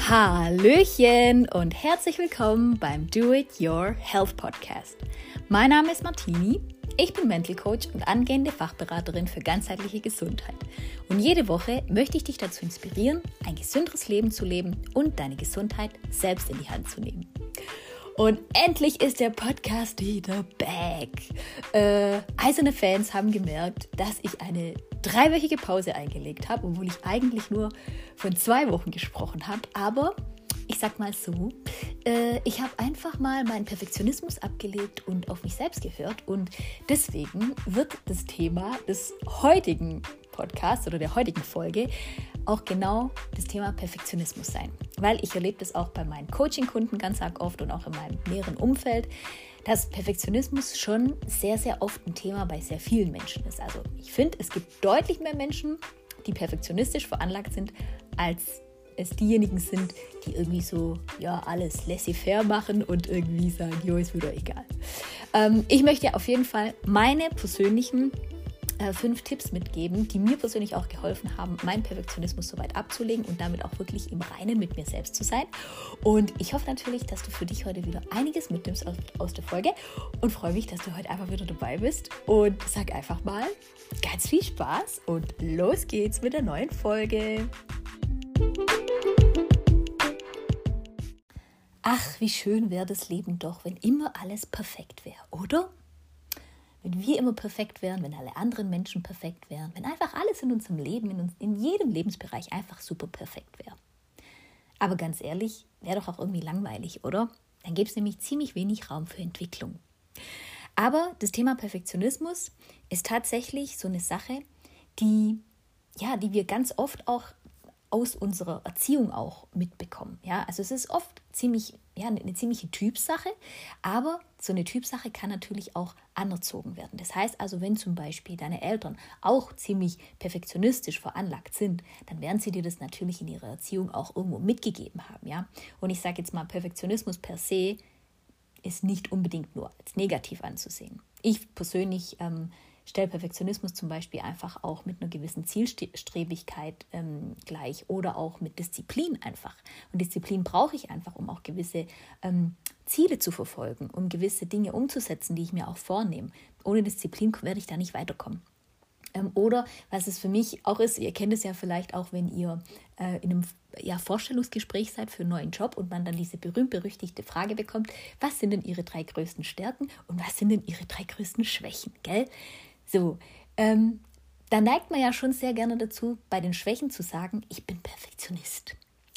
Hallöchen und herzlich willkommen beim Do It Your Health Podcast. Mein Name ist Martini, ich bin Mental Coach und angehende Fachberaterin für ganzheitliche Gesundheit. Und jede Woche möchte ich dich dazu inspirieren, ein gesünderes Leben zu leben und deine Gesundheit selbst in die Hand zu nehmen. Und endlich ist der Podcast wieder back. Eiserne Fans haben gemerkt, dass ich eine 3-wöchige Pause eingelegt habe, obwohl ich eigentlich nur von 2 Wochen gesprochen habe. Aber ich sag mal so, ich habe einfach mal meinen Perfektionismus abgelegt und auf mich selbst gehört. Und deswegen wird das Thema des heutigen Podcasts oder der heutigen Folge auch genau das Thema Perfektionismus sein. Weil ich erlebe das auch bei meinen Coaching-Kunden ganz arg oft und auch in meinem näheren Umfeld, dass Perfektionismus schon sehr, sehr oft ein Thema bei sehr vielen Menschen ist. Also ich finde, es gibt deutlich mehr Menschen, die perfektionistisch veranlagt sind, als es diejenigen sind, die irgendwie so, ja, alles laissez-faire machen und irgendwie sagen, jo, ist wieder egal. Ich möchte auf jeden Fall meine persönlichen 5 Tipps mitgeben, die mir persönlich auch geholfen haben, meinen Perfektionismus so weit abzulegen und damit auch wirklich im Reinen mit mir selbst zu sein. Und ich hoffe natürlich, dass du für dich heute wieder einiges mitnimmst aus der Folge und freue mich, dass du heute einfach wieder dabei bist und sag einfach mal ganz viel Spaß und los geht's mit der neuen Folge. Ach, wie schön wäre das Leben doch, wenn immer alles perfekt wäre, oder? Wenn wir immer perfekt wären, wenn alle anderen Menschen perfekt wären, wenn einfach alles in unserem Leben, in jedem Lebensbereich einfach super perfekt wäre. Aber ganz ehrlich, wäre doch auch irgendwie langweilig, oder? Dann gäbe es nämlich ziemlich wenig Raum für Entwicklung. Aber das Thema Perfektionismus ist tatsächlich so eine Sache, die wir ganz oft auch aus unserer Erziehung auch mitbekommen. Ja, also es ist oft eine ziemliche Typsache, aber so eine Typsache kann natürlich auch anerzogen werden. Das heißt also, wenn zum Beispiel deine Eltern auch ziemlich perfektionistisch veranlagt sind, dann werden sie dir das natürlich in ihrer Erziehung auch irgendwo mitgegeben haben. Ja? Und ich sage jetzt mal, Perfektionismus per se ist nicht unbedingt nur als negativ anzusehen. Ich persönlich stelle Perfektionismus zum Beispiel einfach auch mit einer gewissen Zielstrebigkeit gleich oder auch mit Disziplin einfach. Und Disziplin brauche ich einfach, um auch gewisse Ziele zu verfolgen, um gewisse Dinge umzusetzen, die ich mir auch vornehme. Ohne Disziplin werde ich da nicht weiterkommen. Oder was es für mich auch ist, ihr kennt es ja vielleicht auch, wenn ihr in einem Vorstellungsgespräch seid für einen neuen Job und man dann diese berühmt-berüchtigte Frage bekommt, was sind denn Ihre 3 größten Stärken und was sind denn Ihre 3 größten Schwächen, gell? So, da neigt man ja schon sehr gerne dazu, bei den Schwächen zu sagen, ich bin Perfektionist.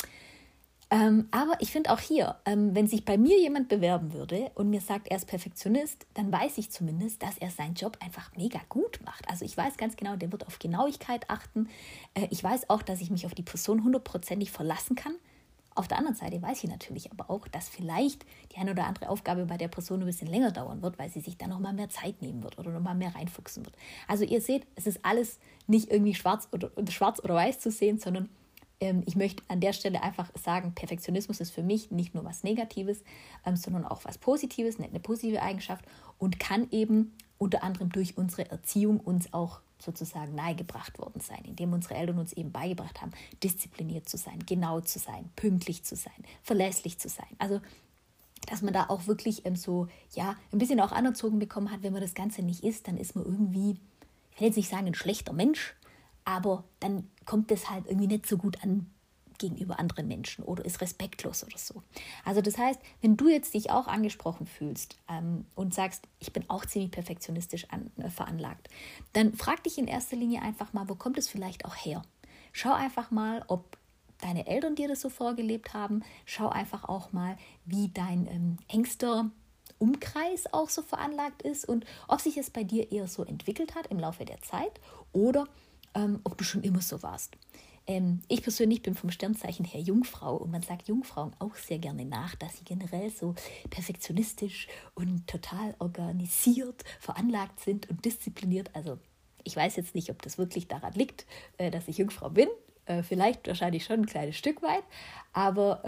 Aber ich finde auch hier, wenn sich bei mir jemand bewerben würde und mir sagt, er ist Perfektionist, dann weiß ich zumindest, dass er seinen Job einfach mega gut macht. Also ich weiß ganz genau, der wird auf Genauigkeit achten. Ich weiß auch, dass ich mich auf die Person 100%ig verlassen kann. Auf der anderen Seite weiß ich natürlich aber auch, dass vielleicht die eine oder andere Aufgabe bei der Person ein bisschen länger dauern wird, weil sie sich dann nochmal mehr Zeit nehmen wird oder nochmal mehr reinfuchsen wird. Also ihr seht, es ist alles nicht irgendwie schwarz oder weiß zu sehen, sondern ich möchte an der Stelle einfach sagen, Perfektionismus ist für mich nicht nur was Negatives, sondern auch was Positives, eine positive Eigenschaft und kann eben unter anderem durch unsere Erziehung uns auch sozusagen nahegebracht worden sein, indem unsere Eltern uns eben beigebracht haben, diszipliniert zu sein, genau zu sein, pünktlich zu sein, verlässlich zu sein. Also, dass man da auch wirklich ein bisschen auch anerzogen bekommen hat, wenn man das Ganze nicht ist, dann ist man irgendwie, ich will jetzt nicht sagen, ein schlechter Mensch, aber dann kommt es halt irgendwie nicht so gut an gegenüber anderen Menschen oder ist respektlos oder so. Also das heißt, wenn du jetzt dich auch angesprochen fühlst und sagst, ich bin auch ziemlich perfektionistisch veranlagt, dann frag dich in erster Linie einfach mal, wo kommt es vielleicht auch her? Schau einfach mal, ob deine Eltern dir das so vorgelebt haben. Schau einfach auch mal, wie dein engster Umkreis auch so veranlagt ist und ob sich es bei dir eher so entwickelt hat im Laufe der Zeit oder ob du schon immer so warst. Ich persönlich bin vom Sternzeichen her Jungfrau und man sagt Jungfrauen auch sehr gerne nach, dass sie generell so perfektionistisch und total organisiert, veranlagt sind und diszipliniert. Also ich weiß jetzt nicht, ob das wirklich daran liegt, dass ich Jungfrau bin. Vielleicht wahrscheinlich schon ein kleines Stück weit. Aber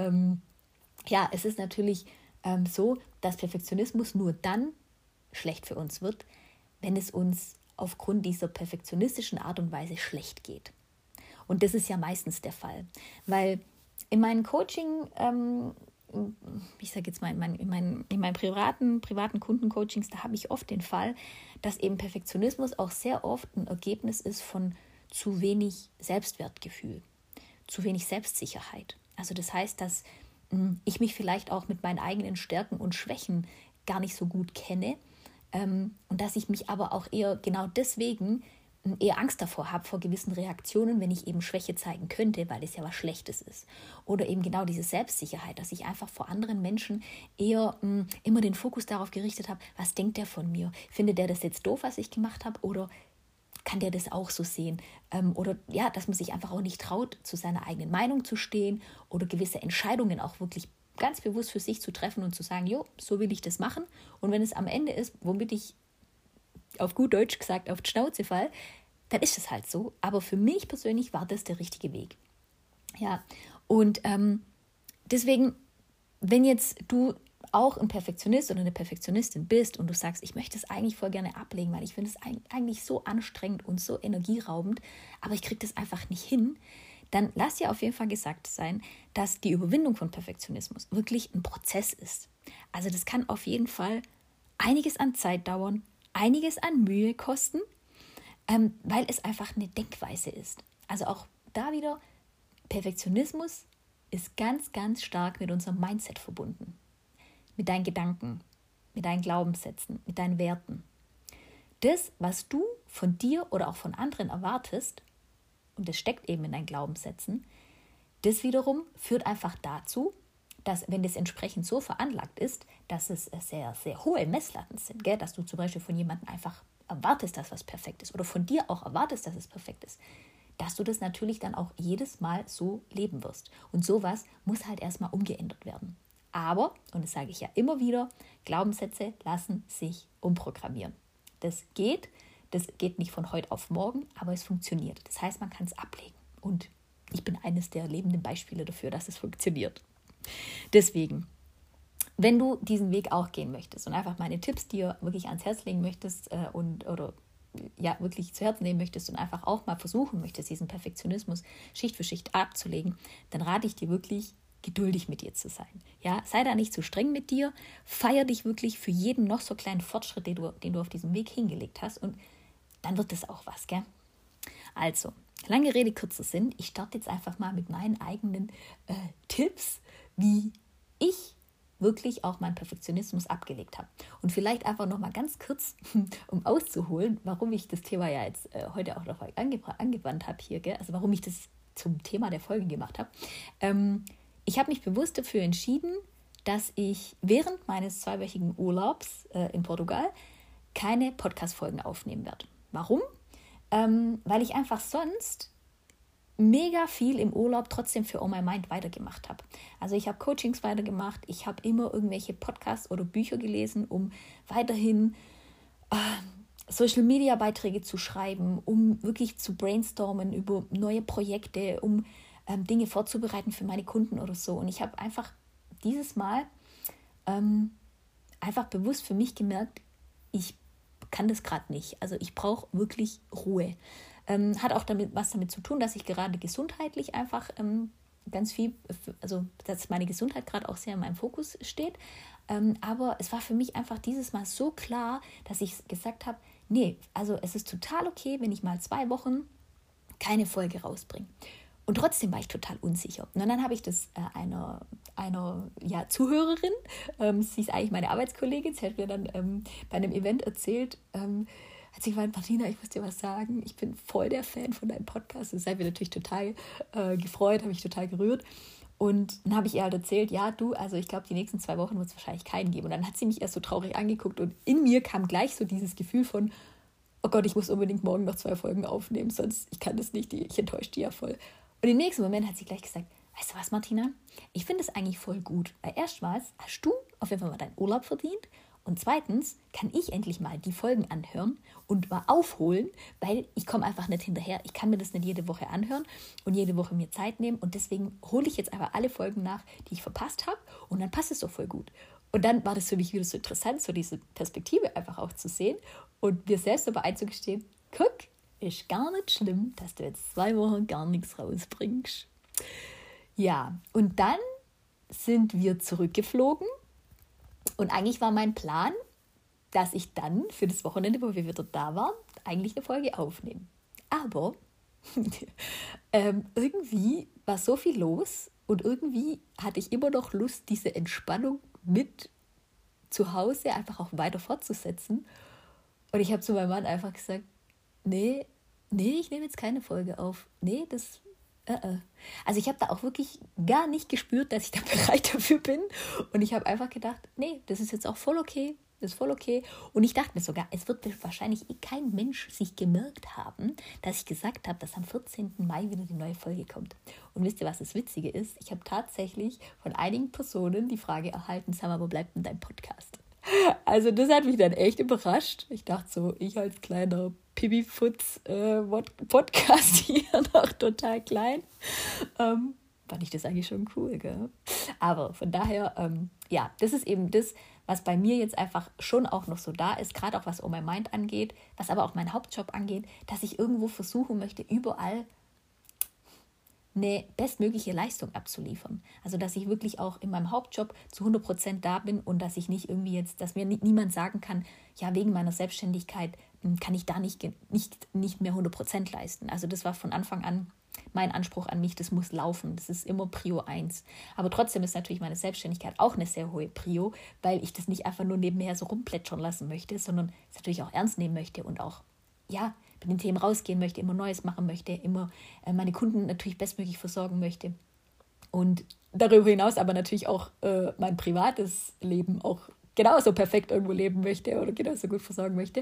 es ist natürlich so, dass Perfektionismus nur dann schlecht für uns wird, wenn es uns aufgrund dieser perfektionistischen Art und Weise schlecht geht. Und das ist ja meistens der Fall, weil In meinem Coaching, ich sage jetzt mal, in meinen privaten Kundencoachings, da habe ich oft den Fall, dass eben Perfektionismus auch sehr oft ein Ergebnis ist von zu wenig Selbstwertgefühl, zu wenig Selbstsicherheit. Also das heißt, dass ich mich vielleicht auch mit meinen eigenen Stärken und Schwächen gar nicht so gut kenne und dass ich mich aber auch eher genau deswegen eher Angst davor habe, vor gewissen Reaktionen, wenn ich eben Schwäche zeigen könnte, weil es ja was Schlechtes ist. Oder eben genau diese Selbstsicherheit, dass ich einfach vor anderen Menschen eher immer den Fokus darauf gerichtet habe, was denkt der von mir? Findet der das jetzt doof, was ich gemacht habe? Oder kann der das auch so sehen? Oder ja, dass man sich einfach auch nicht traut, zu seiner eigenen Meinung zu stehen oder gewisse Entscheidungen auch wirklich ganz bewusst für sich zu treffen und zu sagen, jo, so will ich das machen. Und wenn es am Ende ist, womit ich auf gut Deutsch gesagt auf die Schnauze fall, dann ist es halt so. Aber für mich persönlich war das der richtige Weg. Ja, und deswegen, wenn jetzt du auch ein Perfektionist oder eine Perfektionistin bist und du sagst, ich möchte es eigentlich voll gerne ablegen, weil ich finde es eigentlich so anstrengend und so energieraubend, aber ich kriege das einfach nicht hin, dann lass dir auf jeden Fall gesagt sein, dass die Überwindung von Perfektionismus wirklich ein Prozess ist. Also das kann auf jeden Fall einiges an Zeit dauern, einiges an Mühe kosten, weil es einfach eine Denkweise ist. Also auch da wieder, Perfektionismus ist ganz, ganz stark mit unserem Mindset verbunden. Mit deinen Gedanken, mit deinen Glaubenssätzen, mit deinen Werten. Das, was du von dir oder auch von anderen erwartest, und das steckt eben in deinen Glaubenssätzen, das wiederum führt einfach dazu, dass, wenn das entsprechend so veranlagt ist, dass es sehr, sehr hohe Messlatten sind, gell? Dass du zum Beispiel von jemandem einfach erwartest, dass was perfekt ist oder von dir auch erwartest, dass es perfekt ist, dass du das natürlich dann auch jedes Mal so leben wirst. Und sowas muss halt erstmal umgeändert werden. Aber, und das sage ich ja immer wieder, Glaubenssätze lassen sich umprogrammieren. Das geht nicht von heute auf morgen, aber es funktioniert. Das heißt, man kann es ablegen. Und ich bin eines der lebenden Beispiele dafür, dass es funktioniert. Deswegen, wenn du diesen Weg auch gehen möchtest und einfach meine Tipps dir wirklich ans Herz legen möchtest oder wirklich zu Herzen nehmen möchtest und einfach auch mal versuchen möchtest, diesen Perfektionismus Schicht für Schicht abzulegen, dann rate ich dir wirklich, geduldig mit dir zu sein. Ja, sei da nicht zu streng mit dir, feier dich wirklich für jeden noch so kleinen Fortschritt, den du auf diesem Weg hingelegt hast und dann wird es auch was, gell? Also, lange Rede, kurzer Sinn, ich starte jetzt einfach mal mit meinen eigenen Tipps, wie ich wirklich auch meinen Perfektionismus abgelegt habe. Und vielleicht einfach noch mal ganz kurz, um auszuholen, warum ich das Thema ja jetzt heute auch noch angewandt habe hier, gell? Also warum ich das zum Thema der Folge gemacht habe. Ich habe mich bewusst dafür entschieden, dass ich während meines 2-wöchigen Urlaubs in Portugal keine Podcast-Folgen aufnehmen werde. Warum? Weil ich einfach sonst mega viel im Urlaub trotzdem für Oh My Mind weitergemacht habe. Also ich habe Coachings weitergemacht, ich habe immer irgendwelche Podcasts oder Bücher gelesen, um weiterhin Social-Media-Beiträge zu schreiben, um wirklich zu brainstormen über neue Projekte, um Dinge vorzubereiten für meine Kunden oder so. Und ich habe einfach dieses Mal einfach bewusst für mich gemerkt, ich kann das gerade nicht. Also ich brauche wirklich Ruhe. Hat auch was damit zu tun, dass ich gerade gesundheitlich einfach ganz viel, also dass meine Gesundheit gerade auch sehr in meinem Fokus steht. Aber es war für mich einfach dieses Mal so klar, dass ich gesagt habe, nee, also es ist total okay, wenn ich mal 2 Wochen keine Folge rausbringe. Und trotzdem war ich total unsicher. Und dann habe ich das einer Zuhörerin, sie ist eigentlich meine Arbeitskollegin, sie hat mir dann bei einem Event erzählt, hat sie gemeint, Martina, ich muss dir was sagen, ich bin voll der Fan von deinem Podcast. Das hat mich natürlich total gefreut, habe mich total gerührt. Und dann habe ich ihr halt erzählt, ja du, also ich glaube, die nächsten 2 Wochen wird es wahrscheinlich keinen geben. Und dann hat sie mich erst so traurig angeguckt und in mir kam gleich so dieses Gefühl von, oh Gott, ich muss unbedingt morgen noch 2 Folgen aufnehmen, sonst ich kann das nicht, ich enttäusche die ja voll. Und im nächsten Moment hat sie gleich gesagt, weißt du was, Martina, ich finde es eigentlich voll gut, weil erstmals hast du auf jeden Fall mal deinen Urlaub verdient und zweitens kann ich endlich mal die Folgen anhören und mal aufholen, weil ich komme einfach nicht hinterher. Ich kann mir das nicht jede Woche anhören und jede Woche mir Zeit nehmen und deswegen hole ich jetzt einfach alle Folgen nach, die ich verpasst habe und dann passt es doch voll gut. Und dann war das für mich wieder so interessant, so diese Perspektive einfach auch zu sehen und mir selbst dabei einzugestehen, guck, ist gar nicht schlimm, dass du jetzt 2 Wochen gar nichts rausbringst. Ja, und dann sind wir zurückgeflogen und eigentlich war mein Plan, dass ich dann für das Wochenende, wo wir wieder da waren, eigentlich eine Folge aufnehme. Aber irgendwie war so viel los und irgendwie hatte ich immer noch Lust, diese Entspannung mit zu Hause einfach auch weiter fortzusetzen. Und ich habe zu meinem Mann einfach gesagt, nee, ich nehme jetzt keine Folge auf. Nee, das. Also ich habe da auch wirklich gar nicht gespürt, dass ich da bereit dafür bin. Und ich habe einfach gedacht, nee, das ist jetzt auch voll okay. Das ist voll okay. Und ich dachte mir sogar, es wird wahrscheinlich kein Mensch sich gemerkt haben, dass ich gesagt habe, dass am 14. Mai wieder die neue Folge kommt. Und wisst ihr, was das Witzige ist? Ich habe tatsächlich von einigen Personen die Frage erhalten, sag mal, wo bleibt denn dein Podcast? Also das hat mich dann echt überrascht. Ich dachte so, ich als kleiner Pipifutz Podcast hier noch total klein. Fand ich das eigentlich schon cool, gell? Aber von daher, ja, das ist eben das, was bei mir jetzt einfach schon auch noch so da ist, gerade auch was Oh My Mind angeht, was aber auch meinen Hauptjob angeht, dass ich irgendwo versuchen möchte, überall eine bestmögliche Leistung abzuliefern. Also, dass ich wirklich auch in meinem Hauptjob zu 100% da bin und dass ich nicht irgendwie jetzt, dass mir niemand sagen kann, ja, wegen meiner Selbstständigkeit kann ich da nicht mehr 100% leisten. Also, das war von Anfang an mein Anspruch an mich, das muss laufen, das ist immer Prio 1. Aber trotzdem ist natürlich meine Selbstständigkeit auch eine sehr hohe Prio, weil ich das nicht einfach nur nebenher so rumplätschern lassen möchte, sondern es natürlich auch ernst nehmen möchte und auch, ja, mit den Themen rausgehen möchte, immer Neues machen möchte, immer meine Kunden natürlich bestmöglich versorgen möchte. Und darüber hinaus aber natürlich auch mein privates Leben auch genauso perfekt irgendwo leben möchte oder genauso gut versorgen möchte.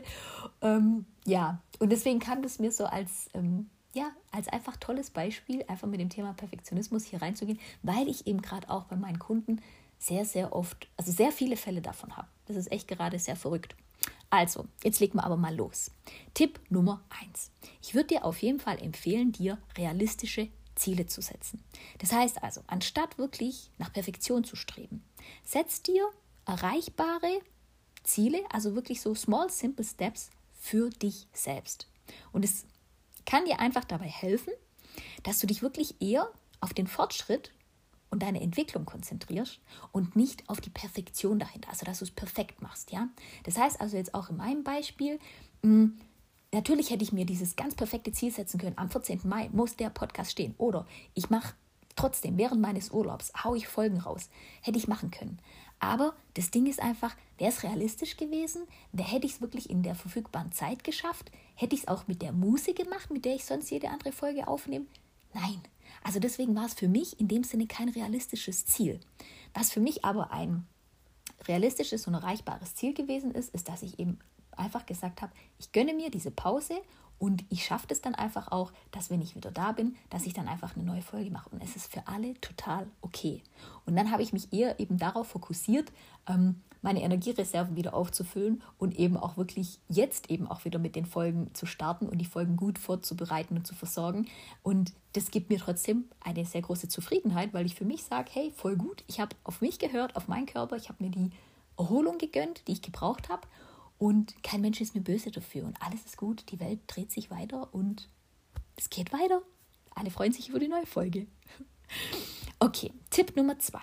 Ja, und deswegen kam das mir so als einfach tolles Beispiel, einfach mit dem Thema Perfektionismus hier reinzugehen, weil ich eben gerade auch bei meinen Kunden sehr, sehr oft, also sehr viele Fälle davon habe. Das ist echt gerade sehr verrückt. Also, jetzt legen wir aber mal los. Tipp Nummer 1. Ich würde dir auf jeden Fall empfehlen, dir realistische Ziele zu setzen. Das heißt also, anstatt wirklich nach Perfektion zu streben, setz dir erreichbare Ziele, also wirklich so small, simple steps für dich selbst. Und es kann dir einfach dabei helfen, dass du dich wirklich eher auf den Fortschritt und deine Entwicklung konzentrierst und nicht auf die Perfektion dahinter, also dass du es perfekt machst, ja. Das heißt also jetzt auch in meinem Beispiel, natürlich hätte ich mir dieses ganz perfekte Ziel setzen können, am 14. Mai muss der Podcast stehen oder ich mache trotzdem, während meines Urlaubs, haue ich Folgen raus, hätte ich machen können. Aber das Ding ist einfach, wäre es realistisch gewesen, hätte ich es wirklich in der verfügbaren Zeit geschafft, hätte ich es auch mit der Muße gemacht, mit der ich sonst jede andere Folge aufnehme? Nein. Also deswegen war es für mich in dem Sinne kein realistisches Ziel. Was für mich aber ein realistisches und erreichbares Ziel gewesen ist, ist, dass ich eben einfach gesagt habe, ich gönne mir diese Pause und ich schaffe es dann einfach auch, dass wenn ich wieder da bin, dass ich dann einfach eine neue Folge mache. Und es ist für alle total okay. Und dann habe ich mich eher eben darauf fokussiert, meine Energiereserven wieder aufzufüllen und eben auch wirklich jetzt eben auch wieder mit den Folgen zu starten und die Folgen gut vorzubereiten und zu versorgen. Und das gibt mir trotzdem eine sehr große Zufriedenheit, weil ich für mich sage, hey, voll gut, ich habe auf mich gehört, auf meinen Körper, ich habe mir die Erholung gegönnt, die ich gebraucht habe. Und kein Mensch ist mir böse dafür und alles ist gut, die Welt dreht sich weiter und es geht weiter. Alle freuen sich über die neue Folge. Okay, Tipp Nummer 2.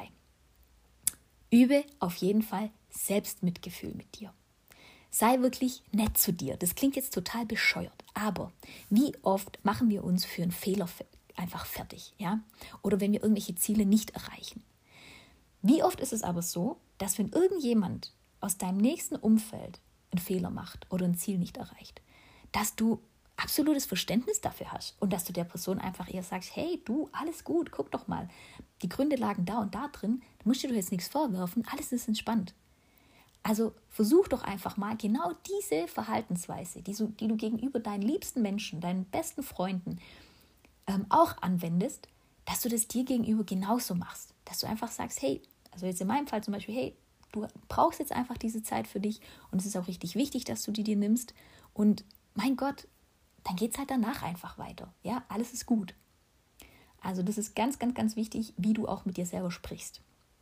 Übe auf jeden Fall Selbstmitgefühl mit dir. Sei wirklich nett zu dir. Das klingt jetzt total bescheuert, aber wie oft machen wir uns für einen Fehler einfach fertig, ja? Oder wenn wir irgendwelche Ziele nicht erreichen. Wie oft ist es aber so, dass wenn irgendjemand aus deinem nächsten Umfeld einen Fehler macht oder ein Ziel nicht erreicht, dass du absolutes Verständnis dafür hast und dass du der Person einfach eher sagst, hey, du, alles gut, guck doch mal, die Gründe lagen da und da drin, du musst dir doch jetzt nichts vorwerfen, alles ist entspannt. Also versuch doch einfach mal genau diese Verhaltensweise, die du gegenüber deinen liebsten Menschen, deinen besten Freunden auch anwendest, dass du das dir gegenüber genauso machst. Dass du einfach sagst, hey, also jetzt in meinem Fall zum Beispiel, hey, du brauchst jetzt einfach diese Zeit für dich und es ist auch richtig wichtig, dass du die dir nimmst und mein Gott, dann geht es halt danach einfach weiter. Ja, alles ist gut. Also das ist ganz, ganz, ganz wichtig, wie du auch mit dir selber sprichst.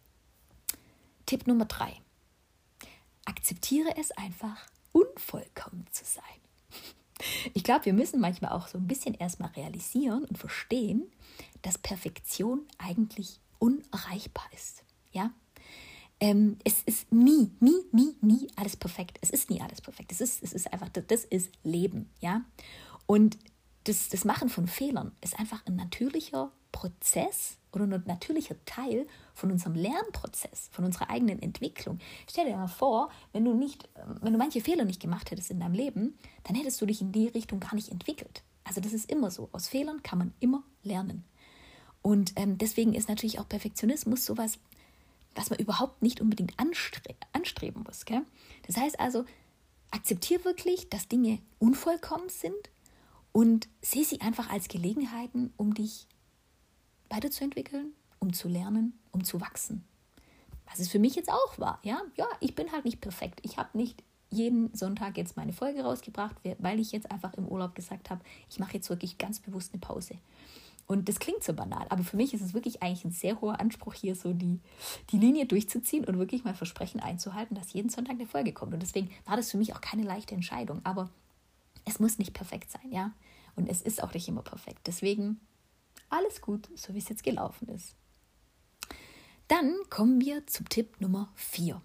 Tipp Nummer 3. Akzeptiere es einfach, unvollkommen zu sein. Ich glaube, wir müssen manchmal auch so ein bisschen erstmal realisieren und verstehen, dass Perfektion eigentlich unerreichbar ist. Ja? Es ist nie alles perfekt. Es ist nie alles perfekt. Es ist einfach, das ist Leben. Ja? Und das Machen von Fehlern ist einfach ein natürlicher Prozess oder ein natürlicher Teil von unserem Lernprozess, von unserer eigenen Entwicklung. Stell dir mal vor, wenn du manche Fehler nicht gemacht hättest in deinem Leben, dann hättest du dich in die Richtung gar nicht entwickelt. Also das ist immer so. Aus Fehlern kann man immer lernen. Und deswegen ist natürlich auch Perfektionismus sowas, was man überhaupt nicht unbedingt anstreben muss. Gell? Das heißt also, akzeptiere wirklich, dass Dinge unvollkommen sind und sehe sie einfach als Gelegenheiten, um dich weiterzuentwickeln, um zu lernen, um zu wachsen. Was es für mich jetzt auch war. Ja, ich bin halt nicht perfekt. Ich habe nicht jeden Sonntag jetzt meine Folge rausgebracht, weil ich jetzt einfach im Urlaub gesagt habe, ich mache jetzt wirklich ganz bewusst eine Pause. Und das klingt so banal, aber für mich ist es wirklich eigentlich ein sehr hoher Anspruch, hier so die Linie durchzuziehen und wirklich mein Versprechen einzuhalten, dass jeden Sonntag eine Folge kommt. Und deswegen war das für mich auch keine leichte Entscheidung. Aber es muss nicht perfekt sein, ja. Und es ist auch nicht immer perfekt. Deswegen alles gut, so wie es jetzt gelaufen ist. Dann kommen wir zum Tipp Nummer 4.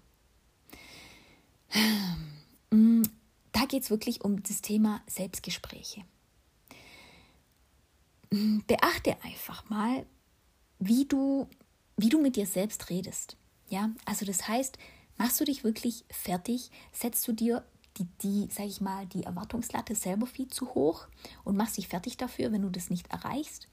Da geht es wirklich um das Thema Selbstgespräche. Beachte einfach mal, wie du mit dir selbst redest. Ja? Also das heißt, machst du dich wirklich fertig, setzt du dir die Erwartungslatte selber viel zu hoch und machst dich fertig dafür, wenn du das nicht erreichst.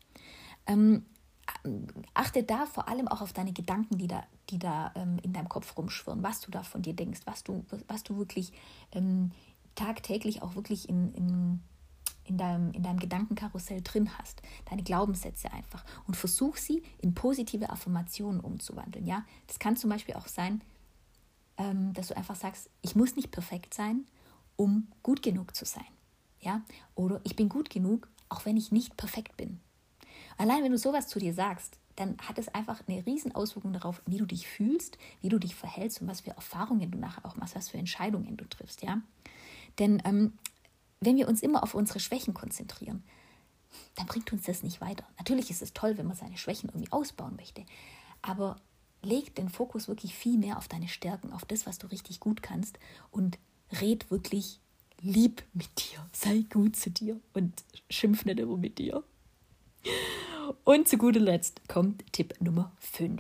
Achte da vor allem auch auf deine Gedanken, die da in deinem Kopf rumschwirren, was du da von dir denkst, was du wirklich tagtäglich auch wirklich in deinem Gedankenkarussell drin hast, deine Glaubenssätze einfach, und versuch sie in positive Affirmationen umzuwandeln. Ja? Das kann zum Beispiel auch sein, dass du einfach sagst, ich muss nicht perfekt sein, um gut genug zu sein. Ja? Oder ich bin gut genug, auch wenn ich nicht perfekt bin. Allein wenn du sowas zu dir sagst, dann hat es einfach eine riesen Auswirkung darauf, wie du dich fühlst, wie du dich verhältst und was für Erfahrungen du nachher auch machst, was für Entscheidungen du triffst. Ja? Denn wenn wir uns immer auf unsere Schwächen konzentrieren, dann bringt uns das nicht weiter. Natürlich ist es toll, wenn man seine Schwächen irgendwie ausbauen möchte, aber leg den Fokus wirklich viel mehr auf deine Stärken, auf das, was du richtig gut kannst, und red wirklich lieb mit dir. Sei gut zu dir und schimpf nicht immer mit dir. Und zu guter Letzt kommt Tipp Nummer 5.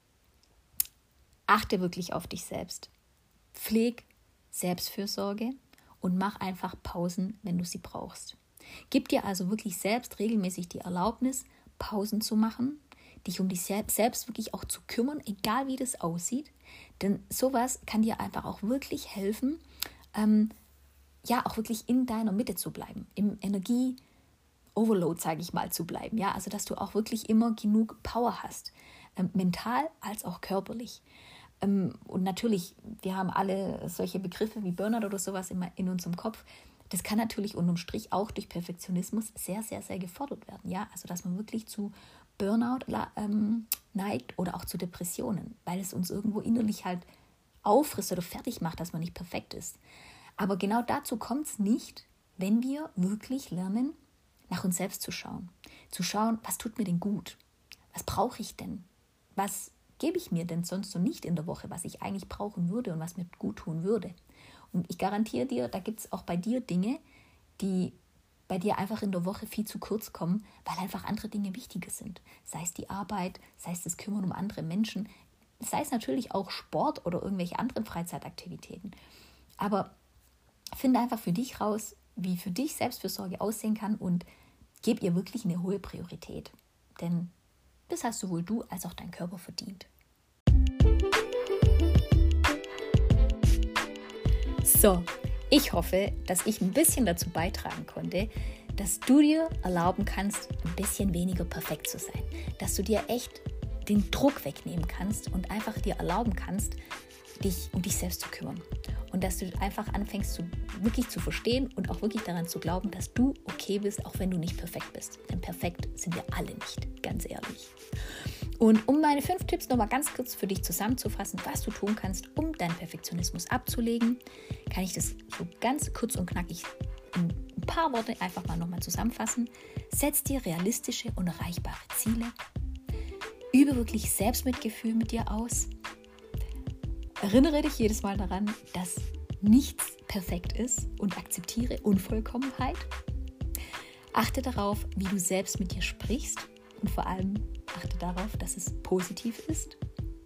Achte wirklich auf dich selbst. Pfleg Selbstfürsorge und mach einfach Pausen, wenn du sie brauchst. Gib dir also wirklich selbst regelmäßig die Erlaubnis, Pausen zu machen, dich um dich selbst wirklich auch zu kümmern, egal wie das aussieht. Denn sowas kann dir einfach auch wirklich helfen, auch wirklich in deiner Mitte zu bleiben, im Energie-Overload, sage ich mal, zu bleiben. Ja? Also, dass du auch wirklich immer genug Power hast, mental als auch körperlich. Und natürlich, wir haben alle solche Begriffe wie Burnout oder sowas immer in unserem Kopf. Das kann natürlich unterm Strich auch durch Perfektionismus sehr, sehr, sehr gefordert werden. Ja? Also, dass man wirklich zu Burnout neigt oder auch zu Depressionen, weil es uns irgendwo innerlich halt auffrisst oder fertig macht, dass man nicht perfekt ist. Aber genau dazu kommt es nicht, wenn wir wirklich lernen, nach uns selbst zu schauen. Zu schauen, was tut mir denn gut? Was brauche ich denn? Was gebe ich mir denn sonst so nicht in der Woche, was ich eigentlich brauchen würde und was mir gut tun würde? Und ich garantiere dir, da gibt es auch bei dir Dinge, die bei dir einfach in der Woche viel zu kurz kommen, weil einfach andere Dinge wichtiger sind. Sei es die Arbeit, sei es das Kümmern um andere Menschen, sei es natürlich auch Sport oder irgendwelche anderen Freizeitaktivitäten. Aber finde einfach für dich raus, wie für dich Selbstfürsorge aussehen kann, und gib ihr wirklich eine hohe Priorität. Denn das hast sowohl du als auch dein Körper verdient. So, ich hoffe, dass ich ein bisschen dazu beitragen konnte, dass du dir erlauben kannst, ein bisschen weniger perfekt zu sein. Dass du dir echt den Druck wegnehmen kannst und einfach dir erlauben kannst, dich um dich selbst zu kümmern. Und dass du einfach anfängst, wirklich zu verstehen und auch wirklich daran zu glauben, dass du okay bist, auch wenn du nicht perfekt bist. Denn perfekt sind wir alle nicht, ganz ehrlich. Und um meine 5 Tipps nochmal ganz kurz für dich zusammenzufassen, was du tun kannst, um deinen Perfektionismus abzulegen, kann ich das so ganz kurz und knackig in ein paar Worte einfach mal nochmal zusammenfassen. Setz dir realistische und erreichbare Ziele. Übe wirklich Selbstmitgefühl mit dir aus. Erinnere dich jedes Mal daran, dass nichts perfekt ist und akzeptiere Unvollkommenheit. Achte darauf, wie du selbst mit dir sprichst und vor allem achte darauf, dass es positiv ist.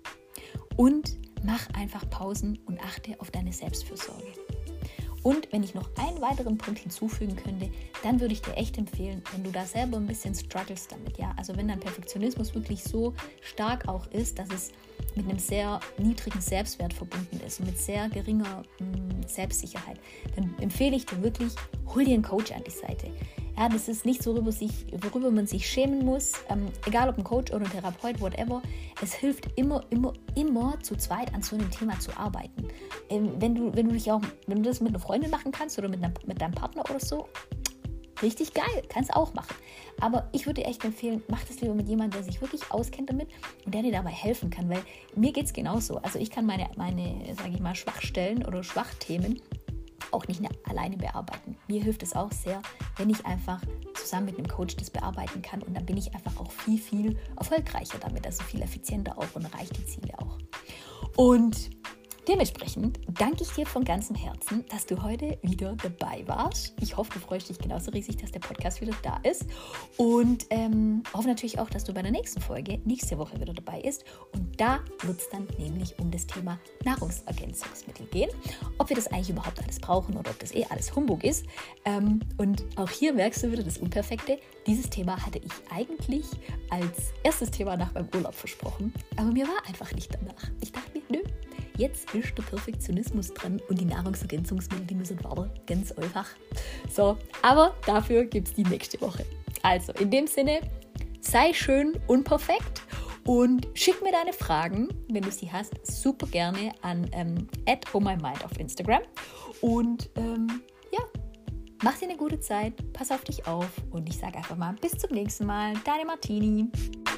Und mach einfach Pausen und achte auf deine Selbstfürsorge. Und wenn ich noch einen weiteren Punkt hinzufügen könnte, dann würde ich dir echt empfehlen, wenn du da selber ein bisschen struggles damit, ja, also wenn dein Perfektionismus wirklich so stark auch ist, dass es mit einem sehr niedrigen Selbstwert verbunden ist und mit sehr geringer Selbstsicherheit, dann empfehle ich dir wirklich, hol dir einen Coach an die Seite. Ja, das ist nichts, worüber man sich schämen muss, egal ob ein Coach oder ein Therapeut, whatever. Es hilft immer zu zweit an so einem Thema zu arbeiten. Wenn du das mit einer Freundin machen kannst oder mit deinem Partner oder so, richtig geil, kannst auch machen. Aber ich würde dir echt empfehlen, mach das lieber mit jemandem, der sich wirklich auskennt damit und der dir dabei helfen kann, weil mir geht es genauso. Also ich kann meine sage ich mal, Schwachstellen oder Schwachthemen auch nicht alleine bearbeiten. Mir hilft es auch sehr, wenn ich einfach zusammen mit einem Coach das bearbeiten kann und dann bin ich einfach auch viel, viel erfolgreicher damit, also viel effizienter auch und erreiche die Ziele auch. Und dementsprechend danke ich dir von ganzem Herzen, dass du heute wieder dabei warst. Ich hoffe, du freust dich genauso riesig, dass der Podcast wieder da ist und hoffe natürlich auch, dass du bei der nächsten Folge nächste Woche wieder dabei bist und da wird es dann nämlich um das Thema Nahrungsergänzungsmittel gehen, ob wir das eigentlich überhaupt alles brauchen oder ob das alles Humbug ist und auch hier merkst du wieder das Unperfekte. Dieses Thema hatte ich eigentlich als erstes Thema nach meinem Urlaub versprochen, aber mir war einfach nicht danach. Ich dachte mir, nö, jetzt ist der Perfektionismus dran und die Nahrungsergänzungsmittel, die müssen warten. Ganz einfach. So, aber dafür gibt es die nächste Woche. Also, in dem Sinne, sei schön unperfekt und schick mir deine Fragen, wenn du sie hast, super gerne an @ohmymind auf Instagram. Und ja, mach dir eine gute Zeit, pass auf dich auf und ich sage einfach mal bis zum nächsten Mal. Deine Martini.